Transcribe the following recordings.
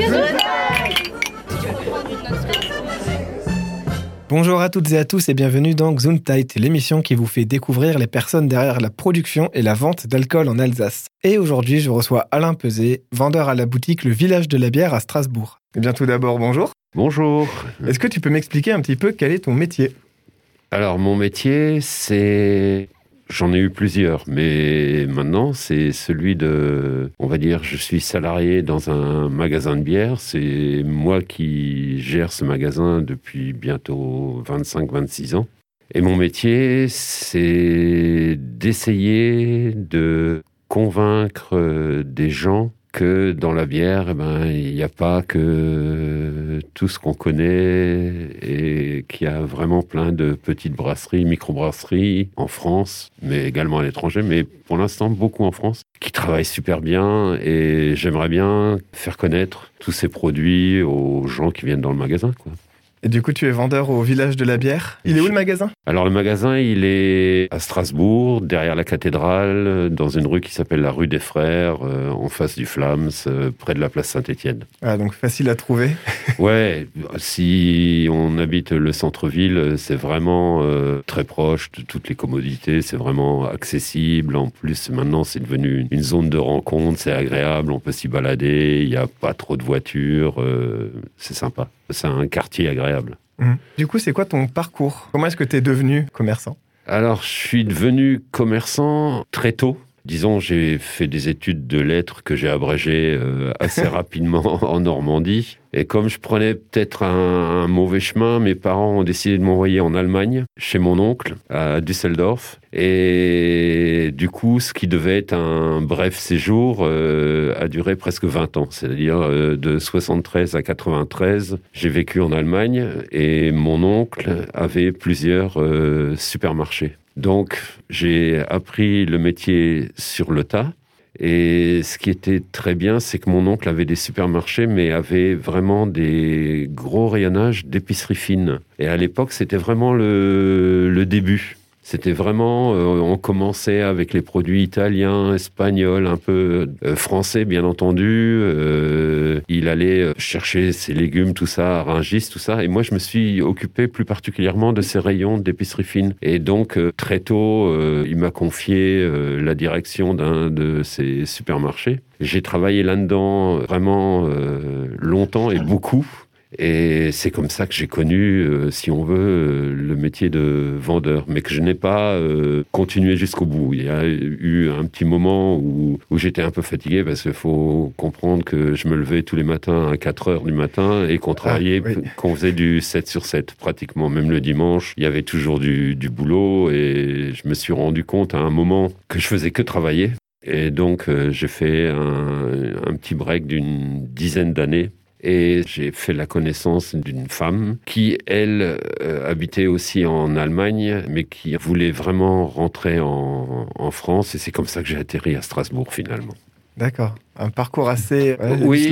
Bonjour à toutes et à tous et bienvenue dans Gesundheit, l'émission qui vous fait découvrir les personnes derrière la production et la vente d'alcool en Alsace. Et aujourd'hui, je reçois Alain Peuzet, vendeur à la boutique Le Village de la Bière à Strasbourg. Eh bien tout d'abord, bonjour. Bonjour. Est-ce que tu peux m'expliquer un petit peu quel est ton métier ? Alors mon métier, j'en ai eu plusieurs, mais maintenant c'est celui on va dire, je suis salarié dans un magasin de bière. C'est moi qui gère ce magasin depuis bientôt 25-26 ans. Et mon métier, c'est d'essayer de convaincre des gens que dans la bière, il n'y a pas que tout ce qu'on connaît et qu'il y a vraiment plein de petites brasseries, microbrasseries en France, mais également à l'étranger, mais pour l'instant beaucoup en France, qui travaillent super bien et j'aimerais bien faire connaître tous ces produits aux gens qui viennent dans le magasin, quoi. Et du coup, tu es vendeur au Village de la Bière. Il est où le magasin ? Alors le magasin, il est à Strasbourg, derrière la cathédrale, dans une rue qui s'appelle la rue des Frères, en face du Flams, près de la place Saint-Étienne. Ah, donc facile à trouver. Ouais, si on habite le centre-ville, c'est vraiment très proche de toutes les commodités, c'est vraiment accessible. En plus, maintenant, c'est devenu une zone de rencontre, c'est agréable, on peut s'y balader, il n'y a pas trop de voitures, c'est sympa. C'est un quartier agréable. Du coup, c'est quoi ton parcours ? Comment est-ce que tu es devenu commerçant ? Alors, je suis devenu commerçant très tôt. Disons, j'ai fait des études de lettres que j'ai abrégées assez rapidement en Normandie. Et comme je prenais peut-être un mauvais chemin, mes parents ont décidé de m'envoyer en Allemagne, chez mon oncle, à Düsseldorf. Et du coup, ce qui devait être un bref séjour a duré presque 20 ans. C'est-à-dire de 73 à 93, j'ai vécu en Allemagne et mon oncle avait plusieurs supermarchés. Donc, j'ai appris le métier sur le tas. Et ce qui était très bien, c'est que mon oncle avait des supermarchés, mais avait vraiment des gros rayonnages d'épicerie fine. Et à l'époque, c'était vraiment le début. C'était vraiment, on commençait avec les produits italiens, espagnols, un peu français, bien entendu. Il allait chercher ses légumes, tout ça, à Rungis, tout ça. Et moi, je me suis occupé plus particulièrement de ces rayons d'épicerie fine. Et donc, très tôt, il m'a confié la direction d'un de ces supermarchés. J'ai travaillé là-dedans vraiment longtemps et beaucoup. Et c'est comme ça que j'ai connu, si on veut, le métier de vendeur, mais que je n'ai pas continué jusqu'au bout. Il y a eu un petit moment où j'étais un peu fatigué parce qu'il faut comprendre que je me levais tous les matins à 4 heures du matin et qu'on travaillait, qu'on faisait du 7 sur 7 pratiquement. Même le dimanche, il y avait toujours du boulot et je me suis rendu compte à un moment que je faisais que travailler. Et donc, j'ai fait un petit break d'une dizaine d'années. Et j'ai fait la connaissance d'une femme qui, elle, habitait aussi en Allemagne, mais qui voulait vraiment rentrer en France. Et c'est comme ça que j'ai atterri à Strasbourg, finalement. D'accord. Un parcours assez... Oui,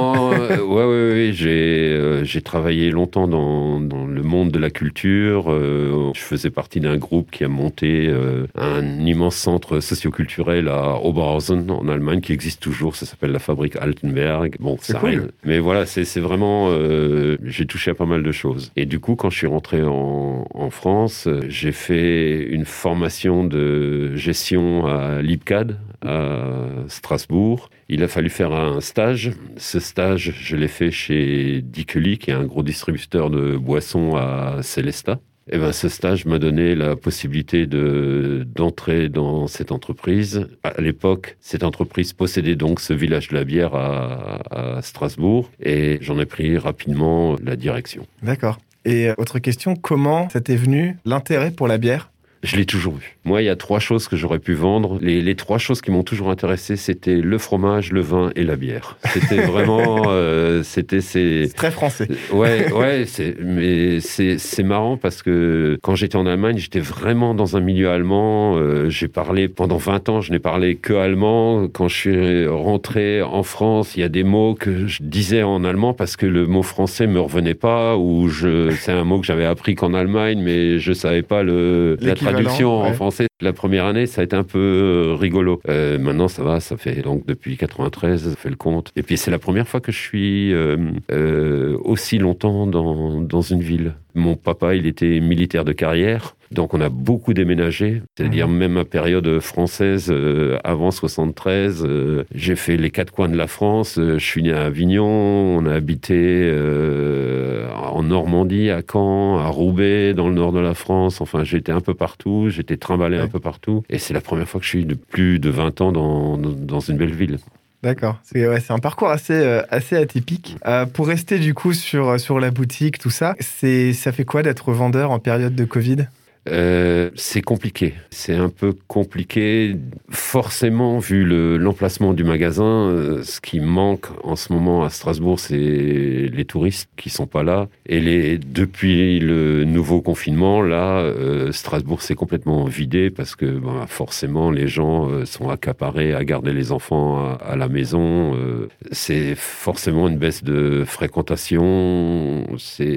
j'ai travaillé longtemps dans le monde de la culture. Je faisais partie d'un groupe qui a monté un immense centre socioculturel à Oberhausen, en Allemagne, qui existe toujours. Ça s'appelle la Fabrique Altenberg. Bon, c'est ça cool. rien. Mais voilà, c'est vraiment... j'ai touché à pas mal de choses. Et du coup, quand je suis rentré en France, j'ai fait une formation de gestion à l'IPCAD, à Strasbourg. Il a fallu faire un stage. Ce stage, je l'ai fait chez Diculi, qui est un gros distributeur de boissons à Célestat. Et ce stage m'a donné la possibilité d'entrer dans cette entreprise. À l'époque, cette entreprise possédait donc ce village de la bière à Strasbourg. Et j'en ai pris rapidement la direction. D'accord. Et autre question, comment ça t'est venu l'intérêt pour la bière ? Je l'ai toujours eu. Moi, il y a 3 choses que j'aurais pu vendre. Les 3 choses qui m'ont toujours intéressé, c'était le fromage, le vin et la bière. C'était vraiment... C'est très français. Ouais, c'est marrant parce que quand j'étais en Allemagne, j'étais vraiment dans un milieu allemand. J'ai parlé pendant 20 ans, je n'ai parlé que allemand. Quand je suis rentré en France, il y a des mots que je disais en allemand parce que le mot français me revenait pas, ou c'est un mot que j'avais appris qu'en Allemagne, mais je savais pas la traduction traduction en français. La première année, ça a été un peu rigolo. Maintenant, ça va, ça fait donc depuis 93, ça fait le compte. Et puis, c'est la première fois que je suis aussi longtemps dans une ville. Mon papa, il était militaire de carrière. Donc, on a beaucoup déménagé. C'est-à-dire, même à période française, avant 73, j'ai fait les 4 coins de la France. Je suis né à Avignon. On a habité en Normandie, à Caen, à Roubaix, dans le nord de la France. Enfin, j'étais un peu partout. J'étais trimballé un peu partout. Et c'est la première fois que je suis de plus de 20 ans dans une belle ville. D'accord, c'est un parcours assez atypique. Pour rester du coup sur la boutique, tout ça, ça fait quoi d'être vendeur en période de Covid ? C'est compliqué. C'est un peu compliqué. Forcément, vu l'emplacement du magasin, ce qui manque en ce moment à Strasbourg, c'est les touristes qui sont pas là. Et depuis le nouveau confinement, là, Strasbourg s'est complètement vidé parce que forcément, les gens sont accaparés à garder les enfants à la maison. C'est forcément une baisse de fréquentation.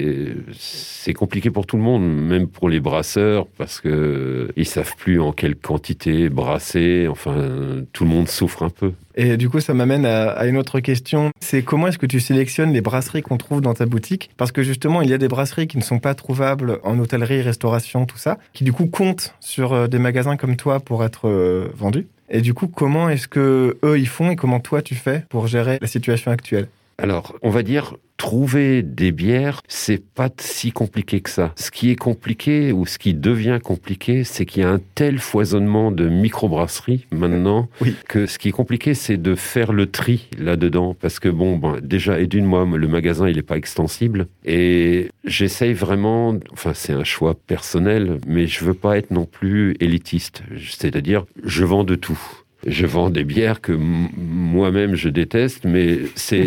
C'est compliqué pour tout le monde, même pour les brasseurs, parce que ils savent plus en quelle quantité brasser. Enfin, tout le monde souffre un peu. Et du coup, ça m'amène à une autre question. C'est comment est-ce que tu sélectionnes les brasseries qu'on trouve dans ta boutique ? Parce que justement, il y a des brasseries qui ne sont pas trouvables en hôtellerie, restauration, tout ça, qui du coup comptent sur des magasins comme toi pour être vendus. Et du coup, comment est-ce que eux ils font et comment toi tu fais pour gérer la situation actuelle ? Alors, on va dire, trouver des bières, c'est pas si compliqué que ça. Ce qui est compliqué, ou ce qui devient compliqué, c'est qu'il y a un tel foisonnement de microbrasseries maintenant, que ce qui est compliqué, c'est de faire le tri là-dedans. Parce que déjà, et d'une, moi, le magasin, il est pas extensible. Et j'essaye vraiment, enfin, c'est un choix personnel, mais je veux pas être non plus élitiste. C'est-à-dire, je vends de tout. Je vends des bières que moi-même je déteste, mais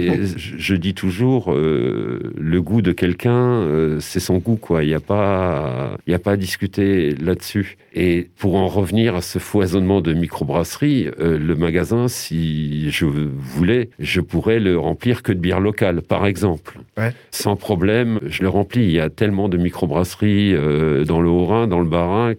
je dis toujours, le goût de quelqu'un, c'est son goût, quoi. Il y a pas à discuter là-dessus. Et pour en revenir à ce foisonnement de microbrasseries, le magasin, si je voulais, je pourrais le remplir que de bières locales, par exemple. Ouais. Sans problème, je le remplis. Il y a tellement de microbrasseries dans le Haut-Rhin, dans le Bas-Rhin,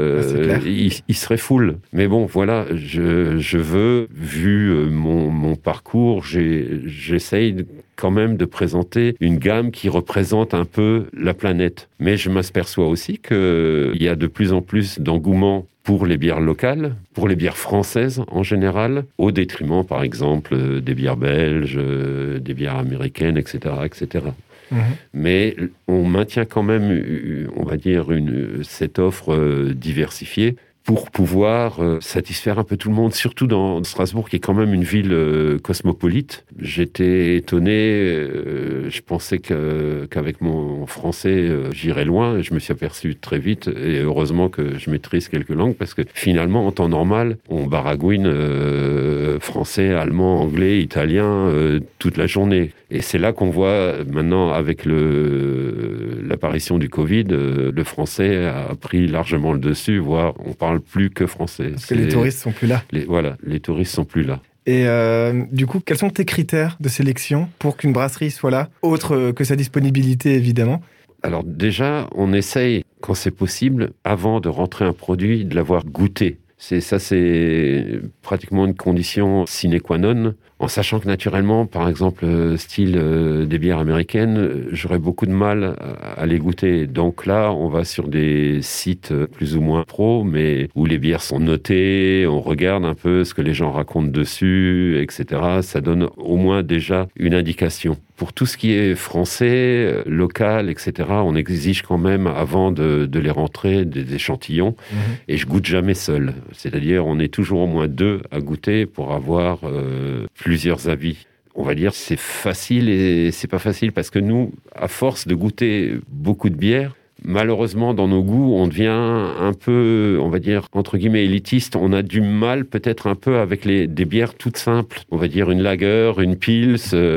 il serait full. Mais bon, voilà, je veux, vu mon parcours, j'essaye quand même de présenter une gamme qui représente un peu la planète. Mais je m'aperçois aussi qu'il y a de plus en plus d'engouement pour les bières locales, pour les bières françaises en général, au détriment, par exemple, des bières belges, des bières américaines, etc., etc. Mais on maintient quand même, on va dire, cette offre diversifiée pour pouvoir satisfaire un peu tout le monde, surtout dans Strasbourg, qui est quand même une ville cosmopolite. J'étais étonné, je pensais qu'avec mon français, j'irais loin, et je me suis aperçu très vite, et heureusement que je maîtrise quelques langues, parce que finalement, en temps normal, on baragouine français, allemand, anglais, italien, toute la journée. Et c'est là qu'on voit maintenant, avec l'apparition du Covid, le français a pris largement le dessus, voire on parle plus que français. Parce que les touristes sont plus là. Les touristes sont plus là. Et du coup, quels sont tes critères de sélection pour qu'une brasserie soit là, autre que sa disponibilité, évidemment ? Alors déjà, on essaye, quand c'est possible, avant de rentrer un produit, de l'avoir goûté. C'est pratiquement une condition sine qua non, en sachant que naturellement, par exemple, style des bières américaines, j'aurais beaucoup de mal à les goûter. Donc là, on va sur des sites plus ou moins pro, mais où les bières sont notées, on regarde un peu ce que les gens racontent dessus, etc. Ça donne au moins déjà une indication. Pour tout ce qui est français, local, etc., on exige quand même, avant de les rentrer, des échantillons. Et je goûte jamais seul. C'est-à-dire, on est toujours au moins 2 à goûter pour avoir plusieurs avis. On va dire, c'est facile et c'est pas facile, parce que nous, à force de goûter beaucoup de bières, malheureusement, dans nos goûts, on devient un peu, on va dire, entre guillemets, élitiste. On a du mal, peut-être un peu, avec des bières toutes simples. On va dire une lager, une pils.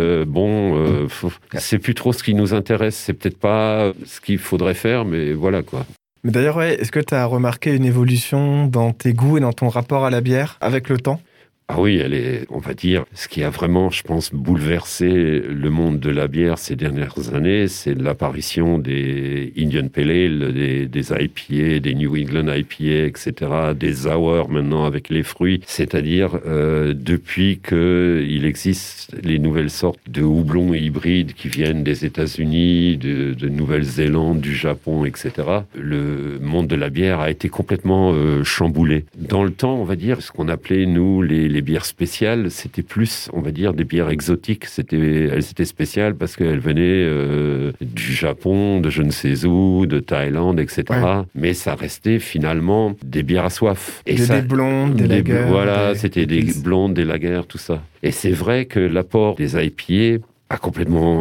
C'est plus trop ce qui nous intéresse. C'est peut-être pas ce qu'il faudrait faire, mais voilà, quoi. Mais d'ailleurs, est-ce que tu as remarqué une évolution dans tes goûts et dans ton rapport à la bière avec le temps ? Ah oui, elle est, on va dire, ce qui a vraiment, je pense, bouleversé le monde de la bière ces dernières années, c'est l'apparition des Indian Pale Ale, des IPA, des New England IPA, etc., des sour maintenant avec les fruits. C'est-à-dire, depuis qu'il existe les nouvelles sortes de houblons hybrides qui viennent des États-Unis, de Nouvelle-Zélande, du Japon, etc., le monde de la bière a été complètement chamboulé. Dans le temps, on va dire, ce qu'on appelait, nous, les bières spéciales, c'était plus, on va dire, des bières exotiques. Elles étaient spéciales parce qu'elles venaient du Japon, de je ne sais où, de Thaïlande, etc. Ouais. Mais ça restait finalement des bières à soif. Et des blondes, des lagers. Voilà, c'était des blondes, des lagers, tout ça. Et c'est vrai que l'apport des IPA a complètement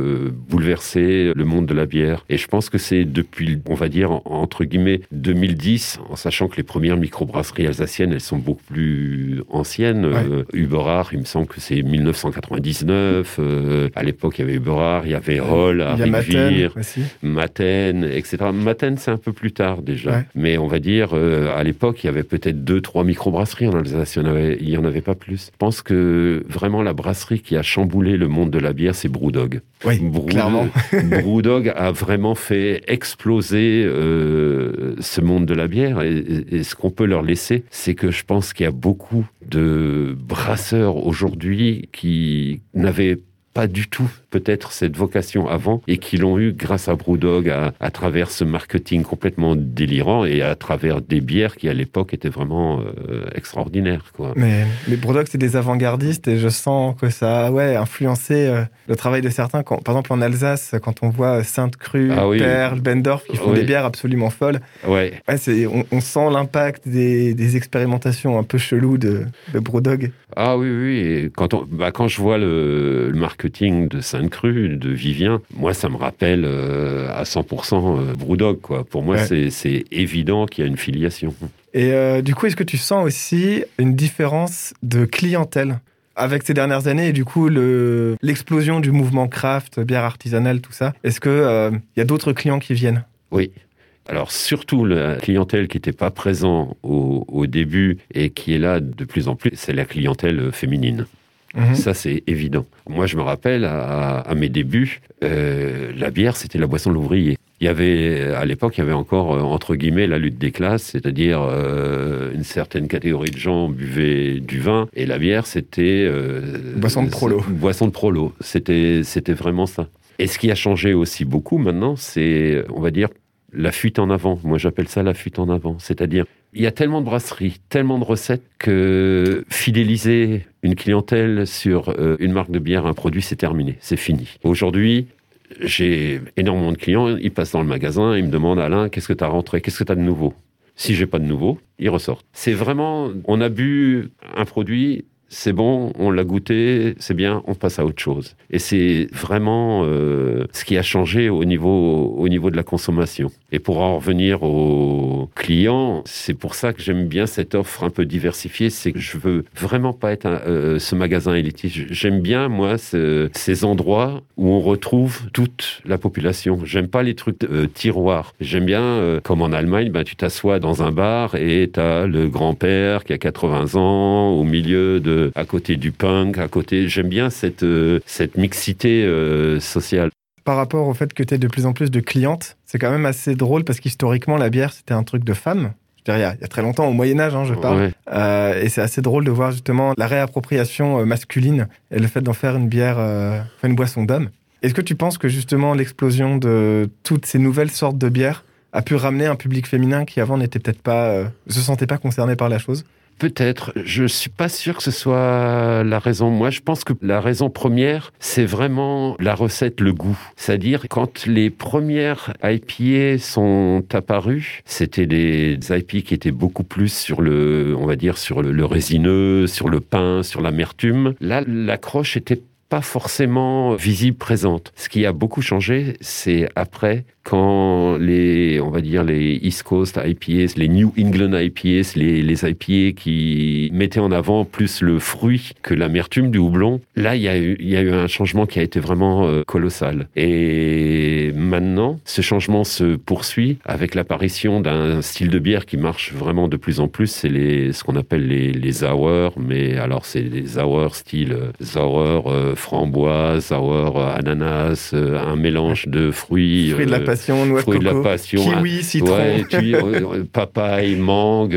bouleversé le monde de la bière. Et je pense que c'est depuis, on va dire, entre guillemets, 2010, en sachant que les premières microbrasseries alsaciennes, elles sont beaucoup plus anciennes. Ouais. Uberard, il me semble que c'est 1999. À l'époque, il y avait Uberard, il y avait Hall, à Riquewihr, Maten, etc. Maten, c'est un peu plus tard déjà. Ouais. Mais on va dire, à l'époque, il y avait peut-être 2-3 microbrasseries en Alsace. Il n'y en avait pas plus. Je pense que vraiment la brasserie qui a chamboulé le monde de la bière, c'est Brewdog. Oui, clairement. Brewdog a vraiment fait exploser ce monde de la bière. Et ce qu'on peut leur laisser, c'est que je pense qu'il y a beaucoup de brasseurs aujourd'hui qui n'avaient pas du tout peut-être cette vocation avant et qui l'ont eu grâce à Brewdog à travers ce marketing complètement délirant et à travers des bières qui à l'époque étaient vraiment extraordinaires, quoi. Mais Brewdog, c'est des avant-gardistes et je sens que ça a influencé le travail de certains. Par exemple en Alsace, quand on voit Sainte-Crue, Perle, Bendorf qui font des bières absolument folles, on sent l'impact des expérimentations un peu cheloues de Brewdog. Ah oui, et quand je vois le marketing de Sainte-Crue, de Vivien, moi, ça me rappelle à 100% Brewdog, quoi. Pour moi, c'est évident qu'il y a une filiation. Et du coup, est-ce que tu sens aussi une différence de clientèle avec ces dernières années et du coup, l'explosion du mouvement craft, bière artisanale, tout ça? Est-ce qu'il y a d'autres clients qui viennent? Oui. Alors surtout la clientèle qui n'était pas présente au début et qui est là de plus en plus, c'est la clientèle féminine. Mmh. Ça, c'est évident. Moi, je me rappelle, à mes débuts, la bière, c'était la boisson de l'ouvrier. À l'époque, il y avait encore, entre guillemets, la lutte des classes, c'est-à-dire une certaine catégorie de gens buvaient du vin, et la bière, c'était... boisson de prolo. Boisson de prolo. C'était vraiment ça. Et ce qui a changé aussi beaucoup maintenant, c'est, on va dire, la fuite en avant. Moi, j'appelle ça la fuite en avant. C'est-à-dire, il y a tellement de brasseries, tellement de recettes que fidéliser une clientèle sur une marque de bière, un produit, c'est terminé. C'est fini. Aujourd'hui, j'ai énormément de clients. Ils passent dans le magasin, ils me demandent « Alain, qu'est-ce que tu as rentré? Qu'est-ce que tu as de nouveau ?» Si j'ai pas de nouveau, ils ressortent. C'est vraiment... On a bu un produit... C'est bon, on l'a goûté, c'est bien, on passe à autre chose. Et c'est vraiment ce qui a changé au niveau de la consommation. Et pour en revenir aux clients, c'est pour ça que j'aime bien cette offre un peu diversifiée, c'est que je veux vraiment pas être ce magasin élitiste. J'aime bien, moi, ces endroits où on retrouve toute la population. J'aime pas les trucs tiroirs. J'aime bien, comme en Allemagne, tu t'assois dans un bar et t'as le grand-père qui a 80 ans au milieu à côté du punk, j'aime bien cette mixité sociale. Par rapport au fait que tu aies de plus en plus de clientes, c'est quand même assez drôle parce qu'historiquement, la bière, c'était un truc de femmes. Je dirais, il y a très longtemps, au Moyen-Âge, je parle. Ouais. Et c'est assez drôle de voir justement la réappropriation masculine et le fait d'en faire une bière, une boisson d'homme. Est-ce que tu penses que justement l'explosion de toutes ces nouvelles sortes de bières a pu ramener un public féminin qui avant n'était peut-être pas, se sentait pas concerné par la chose? Peut-être. Je suis pas sûr que ce soit la raison. Moi, je pense que la raison première, c'est vraiment la recette, le goût. C'est-à-dire, quand les premières IPA sont apparues, c'était des IPA qui étaient beaucoup plus sur le résineux, sur le pain, sur l'amertume. Là, l'accroche était pas forcément visible, présente. Ce qui a beaucoup changé, c'est après, quand on va dire les East Coast IPAs, les New England IPAs, les IPA qui mettaient en avant plus le fruit que l'amertume du houblon, là, il y a eu un changement qui a été vraiment colossal. Et maintenant, ce changement se poursuit avec l'apparition d'un style de bière qui marche vraiment de plus en plus, c'est ce qu'on appelle les sour, mais alors c'est des sour style sour framboise, sour ananas, un mélange de fruits. Fruits de la passion, noix de coco, de la passion, kiwi, citron. Ouais, papaye, mangue,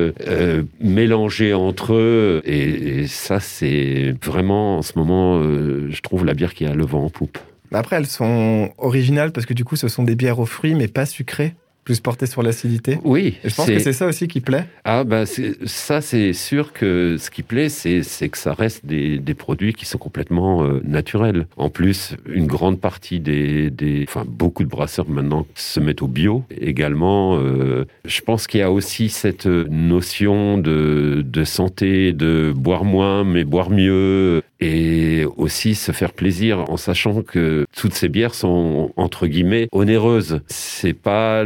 mélangés entre eux. Et ça, c'est vraiment, en ce moment, je trouve la bière qui a le vent en poupe. Après, elles sont originales parce que du coup, ce sont des bières aux fruits, mais pas sucrées, plus portées sur l'acidité. Oui. Et je pense que c'est ça aussi qui plaît. Ah, ça, c'est sûr que ce qui plaît, c'est que ça reste des produits qui sont complètement naturels. En plus, une grande partie beaucoup de brasseurs maintenant se mettent au bio. Également, je pense qu'il y a aussi cette notion de santé, de boire moins, mais boire mieux. Et aussi se faire plaisir en sachant que toutes ces bières sont, entre guillemets, onéreuses. C'est pas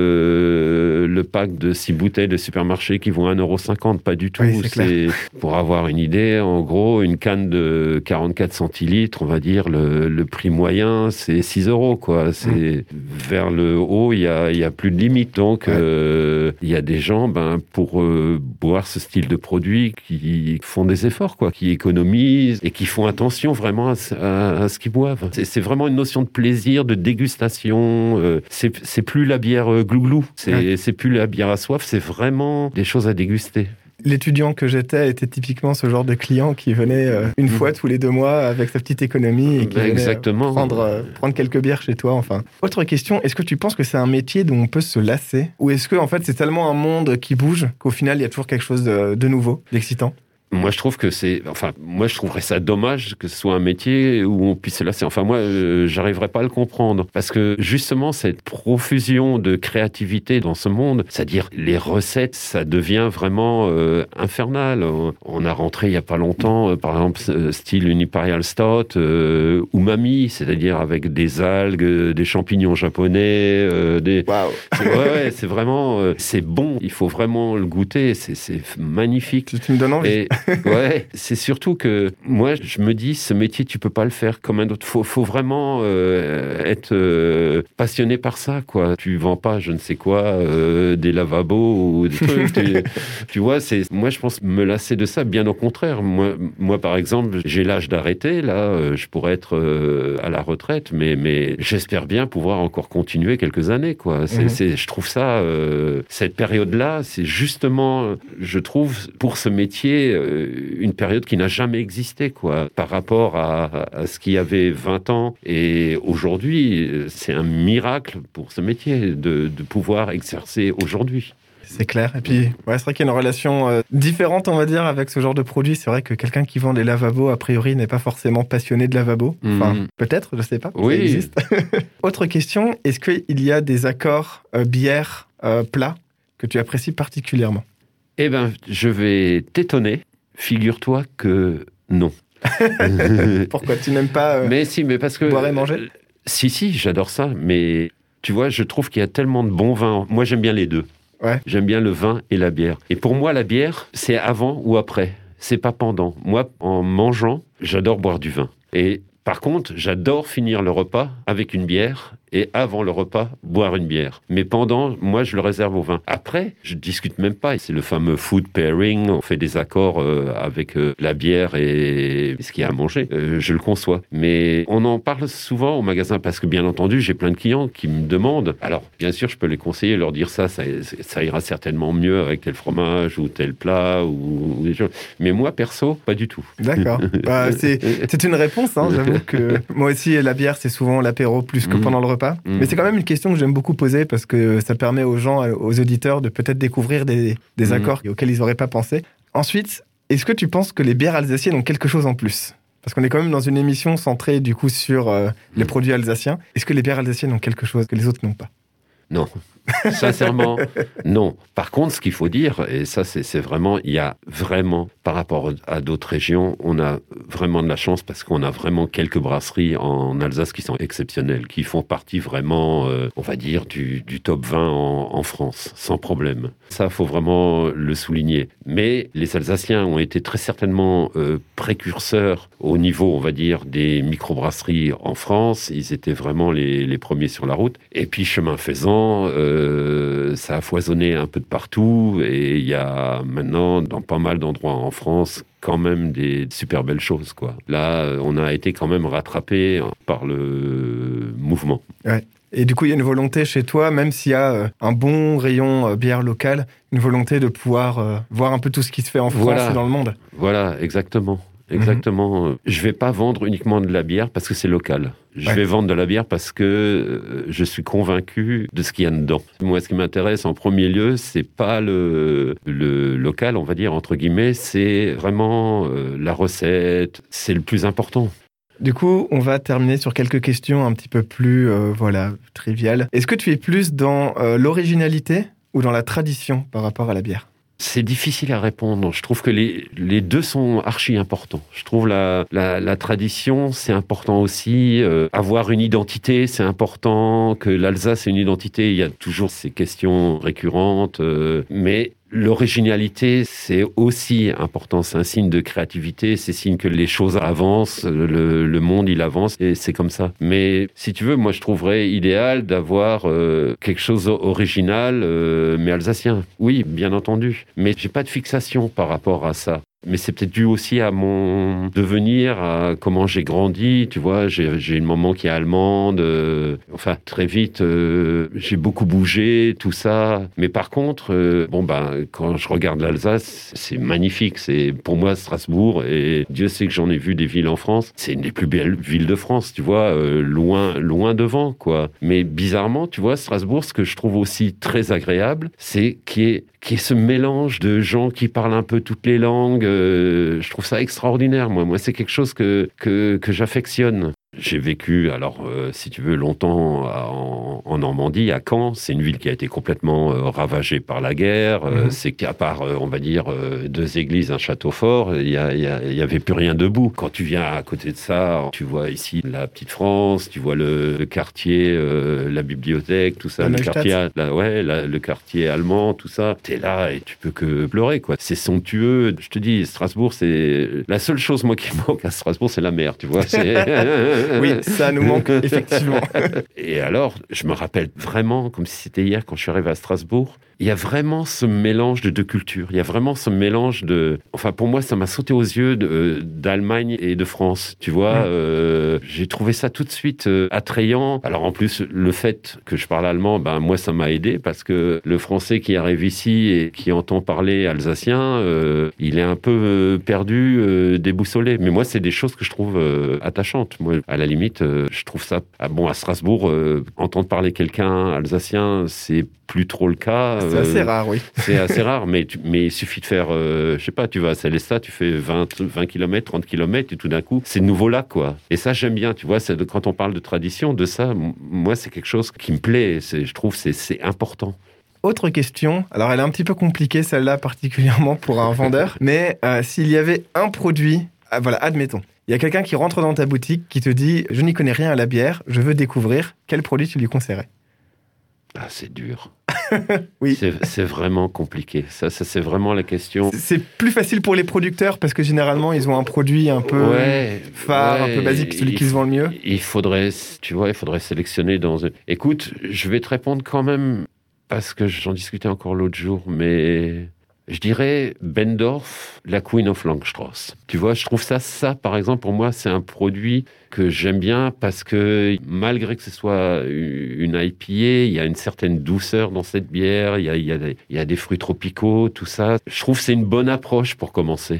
le pack de 6 bouteilles de supermarché qui vont à 1,50 €, pas du tout. Oui, c'est pour avoir une idée, en gros, une canne de 44 centilitres, on va dire, le prix moyen, c'est 6 €, quoi. C'est vers le haut, il y a plus de limite. Donc, il y a des gens, pour boire ce style de produit, qui font des efforts, quoi, qui économisent et qui font attention vraiment à ce qu'ils boivent. C'est vraiment une notion de plaisir, de dégustation. C'est plus la bière glouglou, c'est plus la bière à soif, c'est vraiment des choses à déguster. L'étudiant que j'étais était typiquement ce genre de client qui venait une fois tous les 2 mois avec sa petite économie et qui venait prendre quelques bières chez toi. Enfin. Autre question, est-ce que tu penses que c'est un métier dont on peut se lasser? Ou est-ce que en fait, c'est tellement un monde qui bouge qu'au final, il y a toujours quelque chose de nouveau, d'excitant? Moi, je trouve que moi, je trouverais ça dommage que ce soit un métier où on puisse se lasser. Enfin, moi, j'arriverais pas à le comprendre. Parce que, justement, cette profusion de créativité dans ce monde, c'est-à-dire les recettes, ça devient vraiment infernal. On a rentré il y a pas longtemps, par exemple, style une Imperial Stout, umami, c'est-à-dire avec des algues, des champignons japonais, Waouh. C'est vraiment, c'est bon. Il faut vraiment le goûter. C'est magnifique. Tu me donnes envie. Ouais, c'est surtout que moi, je me dis, ce métier, tu peux pas le faire comme un autre. Faut vraiment être passionné par ça, quoi. Tu vends pas, je ne sais quoi, des lavabos ou des trucs. tu vois, moi, je pense me lasser de ça. Bien au contraire. Moi, par exemple, j'ai l'âge d'arrêter. Là, je pourrais être à la retraite, mais j'espère bien pouvoir encore continuer quelques années, quoi. Je trouve ça, cette période-là, c'est justement, je trouve, pour ce métier, une période qui n'a jamais existé, quoi, par rapport à ce qu'il y avait 20 ans. Et aujourd'hui, c'est un miracle pour ce métier de pouvoir exercer aujourd'hui. C'est clair. Et puis, c'est vrai qu'il y a une relation différente, on va dire, avec ce genre de produit. C'est vrai que quelqu'un qui vend des lavabos, a priori, n'est pas forcément passionné de lavabo. Enfin, peut-être, je sais pas. Oui. Ça existe. Autre question, est-ce qu'il y a des accords bière, plats, que tu apprécies particulièrement? Eh bien, je vais t'étonner. Figure-toi que non. Pourquoi tu n'aimes pas mais parce que boire et manger? Si, j'adore ça. Mais tu vois, je trouve qu'il y a tellement de bons vins. Moi, j'aime bien les deux. Ouais. J'aime bien le vin et la bière. Et pour moi, la bière, c'est avant ou après. C'est pas pendant. Moi, en mangeant, j'adore boire du vin. Et par contre, j'adore finir le repas avec une bière et avant le repas, boire une bière. Mais pendant, moi, je le réserve au vin. Après, je discute même pas. C'est le fameux food pairing. On fait des accords avec la bière et ce qu'il y a à manger. Je le conçois. Mais on en parle souvent au magasin parce que, bien entendu, j'ai plein de clients qui me demandent. Alors, bien sûr, je peux les conseiller, leur dire ça ira certainement mieux avec tel fromage ou tel plat ou des choses. Mais moi, perso, pas du tout. D'accord. C'est une réponse. J'avoue que moi aussi, la bière, c'est souvent l'apéro plus que pendant le repas. Mais c'est quand même une question que j'aime beaucoup poser parce que ça permet aux gens, aux auditeurs de peut-être découvrir des accords auxquels ils n'auraient pas pensé. Ensuite, est-ce que tu penses que les bières alsaciennes ont quelque chose en plus? Parce qu'on est quand même dans une émission centrée du coup sur les produits alsaciens. Est-ce que les bières alsaciennes ont quelque chose que les autres n'ont pas? Non. Sincèrement, non. Par contre, ce qu'il faut dire, et ça, c'est vraiment, il y a vraiment, par rapport à d'autres régions, on a vraiment de la chance parce qu'on a vraiment quelques brasseries en Alsace qui sont exceptionnelles, qui font partie vraiment, on va dire, du top 20 en France, sans problème. Ça, il faut vraiment le souligner. Mais les Alsaciens ont été très certainement précurseurs au niveau, on va dire, des microbrasseries en France. Ils étaient vraiment les premiers sur la route. Et puis, chemin faisant, ça a foisonné un peu de partout. Et il y a maintenant, dans pas mal d'endroits en France, quand même des super belles choses, quoi. Là, on a été quand même rattrapé par le mouvement. Ouais. Et du coup, il y a une volonté chez toi, même s'il y a un bon rayon bière locale, une volonté de pouvoir voir un peu tout ce qui se fait en France et dans le monde. Voilà, exactement. Exactement. Je vais pas vendre uniquement de la bière parce que c'est local. Je vais vendre de la bière parce que je suis convaincu de ce qu'il y a dedans. Moi, ce qui m'intéresse en premier lieu, c'est pas le local, on va dire, entre guillemets, c'est vraiment la recette. C'est le plus important. Du coup, on va terminer sur quelques questions un petit peu plus triviales. Est-ce que tu es plus dans l'originalité ou dans la tradition par rapport à la bière ? C'est difficile à répondre. Je trouve que les deux sont archi importants. Je trouve la tradition, c'est important aussi. Avoir une identité, c'est important. Que l'Alsace ait une identité, il y a toujours ces questions récurrentes. Mais l'originalité, c'est aussi important. C'est un signe de créativité. C'est signe que les choses avancent. Le monde, il avance. Et c'est comme ça. Mais si tu veux, moi, je trouverais idéal d'avoir quelque chose original, mais alsacien. Oui, bien entendu. Mais j'ai pas de fixation par rapport à ça. Mais c'est peut-être dû aussi à mon devenir, à comment j'ai grandi. Tu vois, j'ai une maman qui est allemande. Enfin, très vite, j'ai beaucoup bougé, tout ça. Mais par contre, quand je regarde l'Alsace, c'est magnifique. C'est pour moi Strasbourg, et Dieu sait que j'en ai vu des villes en France. C'est une des plus belles villes de France, tu vois, loin devant, quoi. Mais bizarrement, tu vois, Strasbourg, ce que je trouve aussi très agréable, c'est qu'il y ait ce mélange de gens qui parlent un peu toutes les langues. Je trouve ça extraordinaire, moi. Moi, c'est quelque chose que j'affectionne. J'ai vécu, si tu veux, longtemps en Normandie, à Caen. C'est une ville qui a été complètement ravagée par la guerre. C'est qu'à part, on va dire, 2 églises, un château fort, il y avait plus rien debout. Quand tu viens à côté de ça, tu vois ici la petite France, tu vois le quartier, la bibliothèque, tout ça, le quartier allemand, tout ça. T'es là et tu peux que pleurer, quoi. C'est somptueux. Je te dis, Strasbourg, c'est la seule chose, moi, qui manque à Strasbourg, c'est la mer, tu vois. Oui, ça nous manque, effectivement. Et alors, je me rappelle vraiment, comme si c'était hier, quand je suis arrivé à Strasbourg, il y a vraiment ce mélange de deux cultures. Il y a vraiment ce mélange de... Enfin, pour moi, ça m'a sauté aux yeux d'Allemagne et de France. Tu vois, j'ai trouvé ça tout de suite attrayant. Alors, en plus, le fait que je parle allemand, moi, ça m'a aidé parce que le français qui arrive ici et qui entend parler alsacien, il est un peu perdu, déboussolé. Mais moi, c'est des choses que je trouve attachantes. Moi, à la limite, je trouve ça... à Strasbourg, entendre parler quelqu'un alsacien, c'est plus trop le cas. C'est assez rare, oui. C'est assez rare, mais il suffit de faire, je sais pas, tu vas à Célestat, tu fais 20 km, 30 km, et tout d'un coup, c'est nouveau là, quoi. Et ça, j'aime bien, tu vois, quand on parle de tradition, de ça, moi, c'est quelque chose qui me plaît, je trouve que c'est important. Autre question, alors elle est un petit peu compliquée, celle-là, particulièrement pour un vendeur, mais s'il y avait un produit, admettons, il y a quelqu'un qui rentre dans ta boutique, qui te dit « Je n'y connais rien à la bière, je veux découvrir », quel produit tu lui conseillerais ? Ah, c'est dur. Oui. C'est vraiment compliqué. Ça, c'est vraiment la question. C'est plus facile pour les producteurs parce que généralement, ils ont un produit un peu phare, un peu basique, celui qui se vend le mieux. Il faudrait sélectionner dans... Écoute, je vais te répondre quand même parce que j'en discutais encore l'autre jour, mais... Je dirais Bendorf, la Queen of Langstrasse. Tu vois, je trouve ça, par exemple, pour moi, c'est un produit que j'aime bien parce que malgré que ce soit une IPA, il y a une certaine douceur dans cette bière, il y a des fruits tropicaux, tout ça. Je trouve que c'est une bonne approche pour commencer.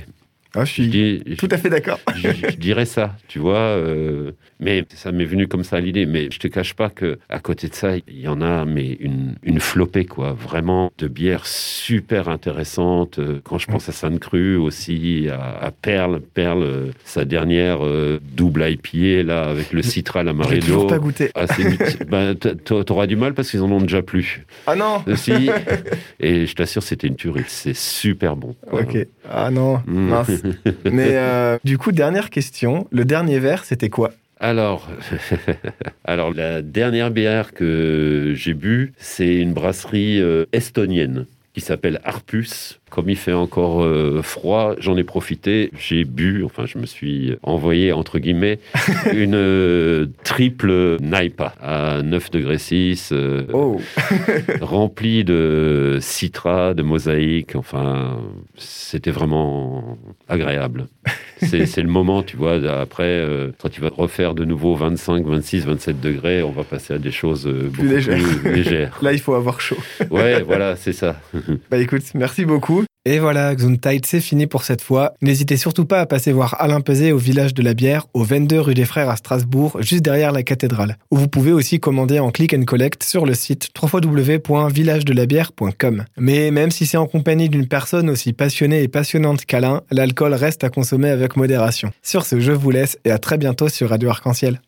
Ah, je suis tout à fait d'accord. Je dirais ça, tu vois. Mais ça m'est venu comme ça à l'idée. Mais je te cache pas que à côté de ça, il y en a mais une flopée, quoi. Vraiment de bières super intéressantes. Quand je pense à Sainte Crue aussi, à Perle, sa dernière double IPA là avec le Citral Amarillo. J'ai toujours pas goûté. Ah, t'auras du mal parce qu'ils en ont déjà plus. Ah non. Si. Et je t'assure, c'était une tuerie. C'est super bon, quoi. Ok. Ah non. Mince. Mais du coup, dernière question. Le dernier verre, c'était quoi ? Alors, la dernière bière que j'ai bu, c'est une brasserie estonienne qui s'appelle Arpus. Comme il fait encore froid, j'en ai profité. J'ai bu, enfin, je me suis envoyé, entre guillemets, une triple Naipa à 9,6 degrés, remplie de citra, de mosaïque. Enfin, c'était vraiment agréable. C'est le moment, tu vois, après, quand tu vas refaire de nouveau 25, 26, 27 degrés, on va passer à des choses beaucoup plus légères. Là, il faut avoir chaud. Ouais, voilà, c'est ça. Bah écoute, merci beaucoup. Et voilà, Gesundheit, c'est fini pour cette fois. N'hésitez surtout pas à passer voir Alain Peset au Village de la Bière, au 22 rue des Frères à Strasbourg, juste derrière la cathédrale. Où vous pouvez aussi commander en click and collect sur le site www.villagedelabierre.com. Mais même si c'est en compagnie d'une personne aussi passionnée et passionnante qu'Alain, l'alcool reste à consommer avec modération. Sur ce, je vous laisse et à très bientôt sur Radio Arc-en-Ciel.